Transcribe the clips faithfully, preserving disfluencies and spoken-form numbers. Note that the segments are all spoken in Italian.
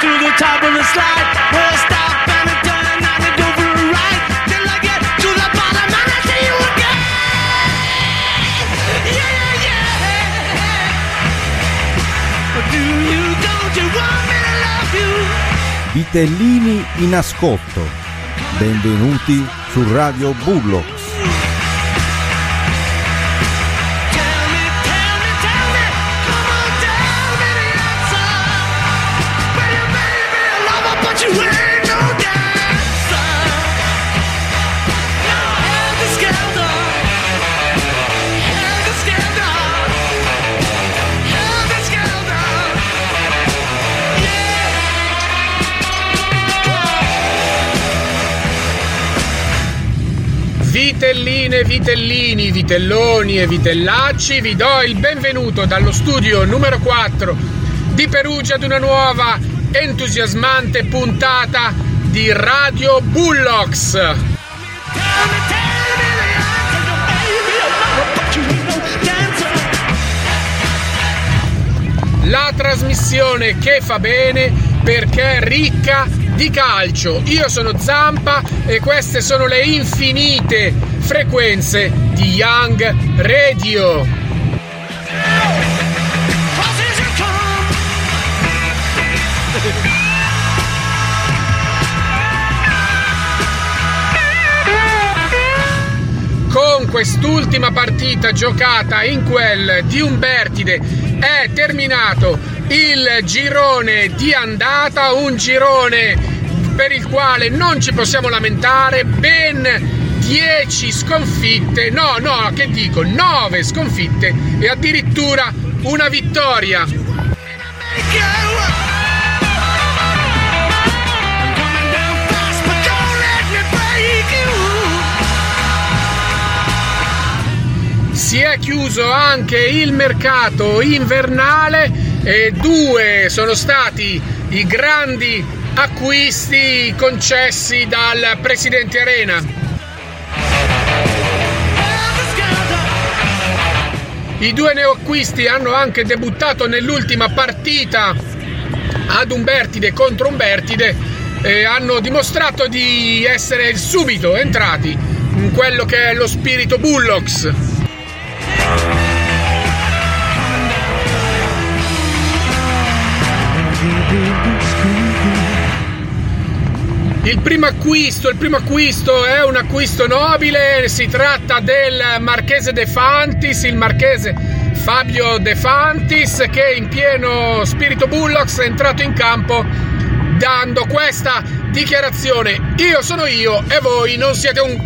to the top of the slide. Well, stop and a turn and a go for a ride till I get to the bottom and I see you again. Yeah, yeah. Do you, don't you want me to love you? Vitellini in ascolto. Benvenuti su Radio Bullocks. Vitelline, vitellini, vitelloni e vitellacci, vi do il benvenuto dallo studio numero quattro di Perugia ad una nuova entusiasmante puntata di Radio Bullocks. La trasmissione che fa bene perché è ricca di calcio. Io sono Zampa e queste sono le infinite frequenze di Young Radio. Con quest'ultima partita giocata in quel di Umbertide è terminato il girone di andata, un girone per il quale non ci possiamo lamentare, ben dieci sconfitte, no, no, che dico, nove sconfitte e addirittura una vittoria. Si è chiuso anche il mercato invernale e due sono stati i grandi acquisti concessi dal presidente Arena. I due neoacquisti hanno anche debuttato nell'ultima partita ad Umbertide contro Umbertide e hanno dimostrato di essere subito entrati in quello che è lo spirito Bullocks. Il primo acquisto, il primo acquisto è un acquisto nobile, si tratta del marchese De Fantis, il marchese Fabio De Fantis, che in pieno spirito Bullocks è entrato in campo dando questa dichiarazione: io sono io e voi non siete un...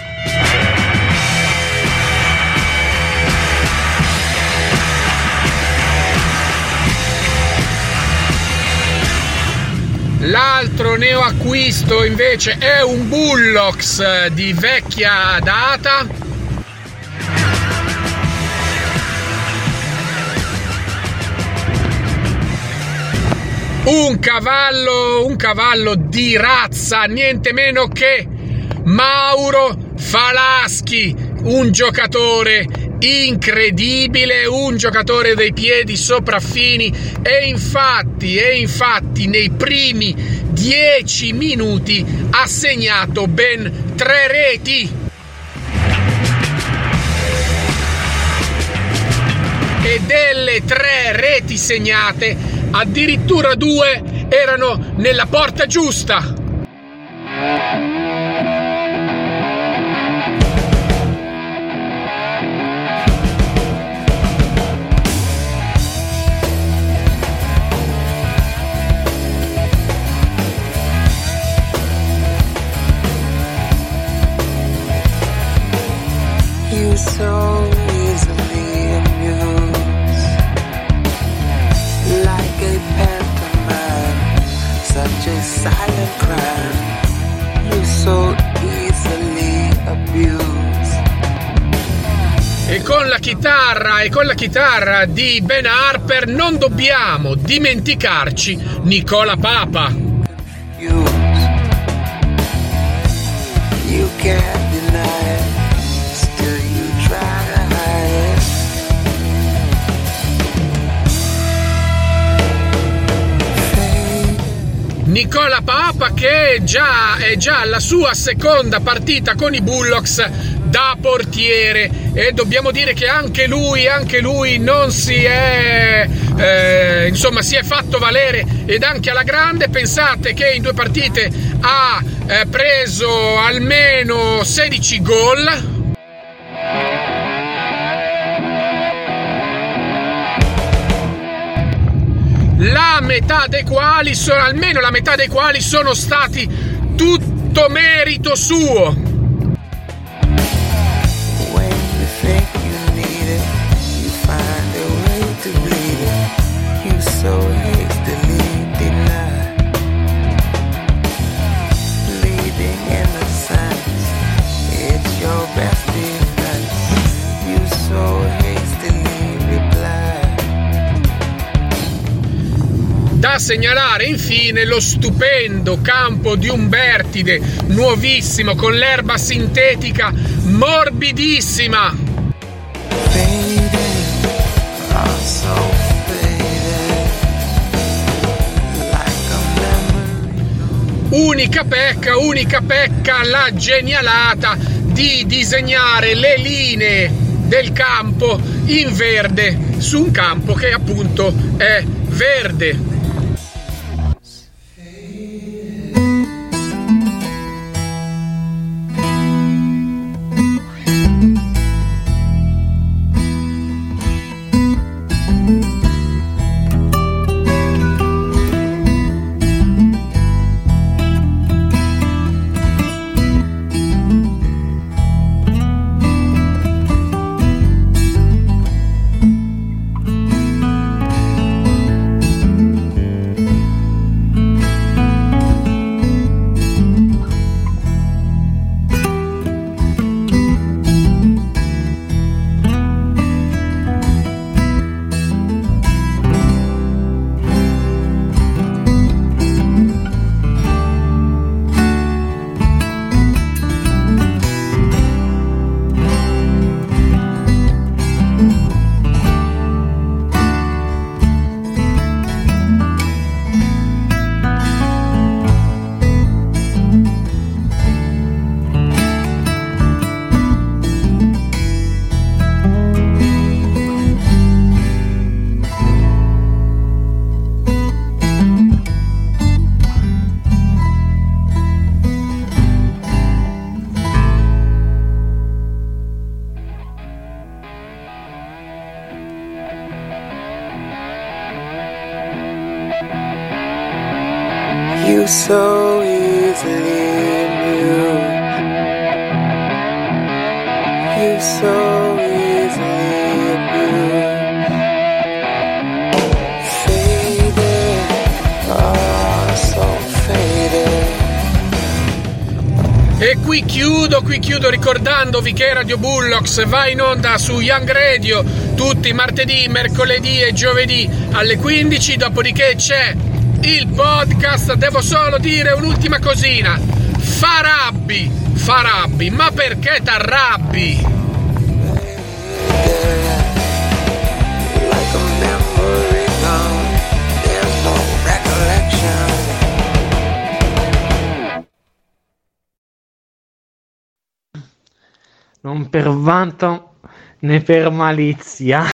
L'altro neoacquisto invece è un Bullocks di vecchia data. Un cavallo, un cavallo di razza, niente meno che Mauro Falaschi, un giocatore incredibile, un giocatore dei piedi sopraffini e infatti, e infatti nei primi dieci minuti ha segnato ben tre reti. E delle tre reti segnate, addirittura due erano nella porta giusta. So easily amused, like a pantomime, such a silent crime. You're so easily abused. E con la chitarra e con la chitarra di Ben Harper non dobbiamo dimenticarci Nicola Papa. You, you can't deny it. Nicola Papa, che già è già alla sua seconda partita con i Bullocks da portiere, e dobbiamo dire che anche lui anche lui non si è eh, insomma si è fatto valere, ed anche alla grande. Pensate che in due partite ha eh, preso almeno sedici gol, la metà dei quali sono almeno la metà dei quali sono stati tutto merito suo. So hastily denied, bleeding innocence, it's your best defense. You so hastily replied. Da segnalare infine lo stupendo campo di Umbertide, nuovissimo, con l'erba sintetica morbidissima. Faded, oh so Unica pecca, unica pecca, la genialata di disegnare le linee del campo in verde su un campo che appunto è verde. You so easily amused. You so easily abused. Faded, oh so faded. E qui chiudo, qui chiudo ricordandovi che Radio Bullocks va in onda su Young Radio tutti i martedì, mercoledì e giovedì alle quindici, dopodiché c'è il podcast. Devo solo dire un'ultima cosina: Farabbi, Farabbi, ma perché t'arrabbi? Like a memory gone, there's no recollection. Non per vanto né per malizia.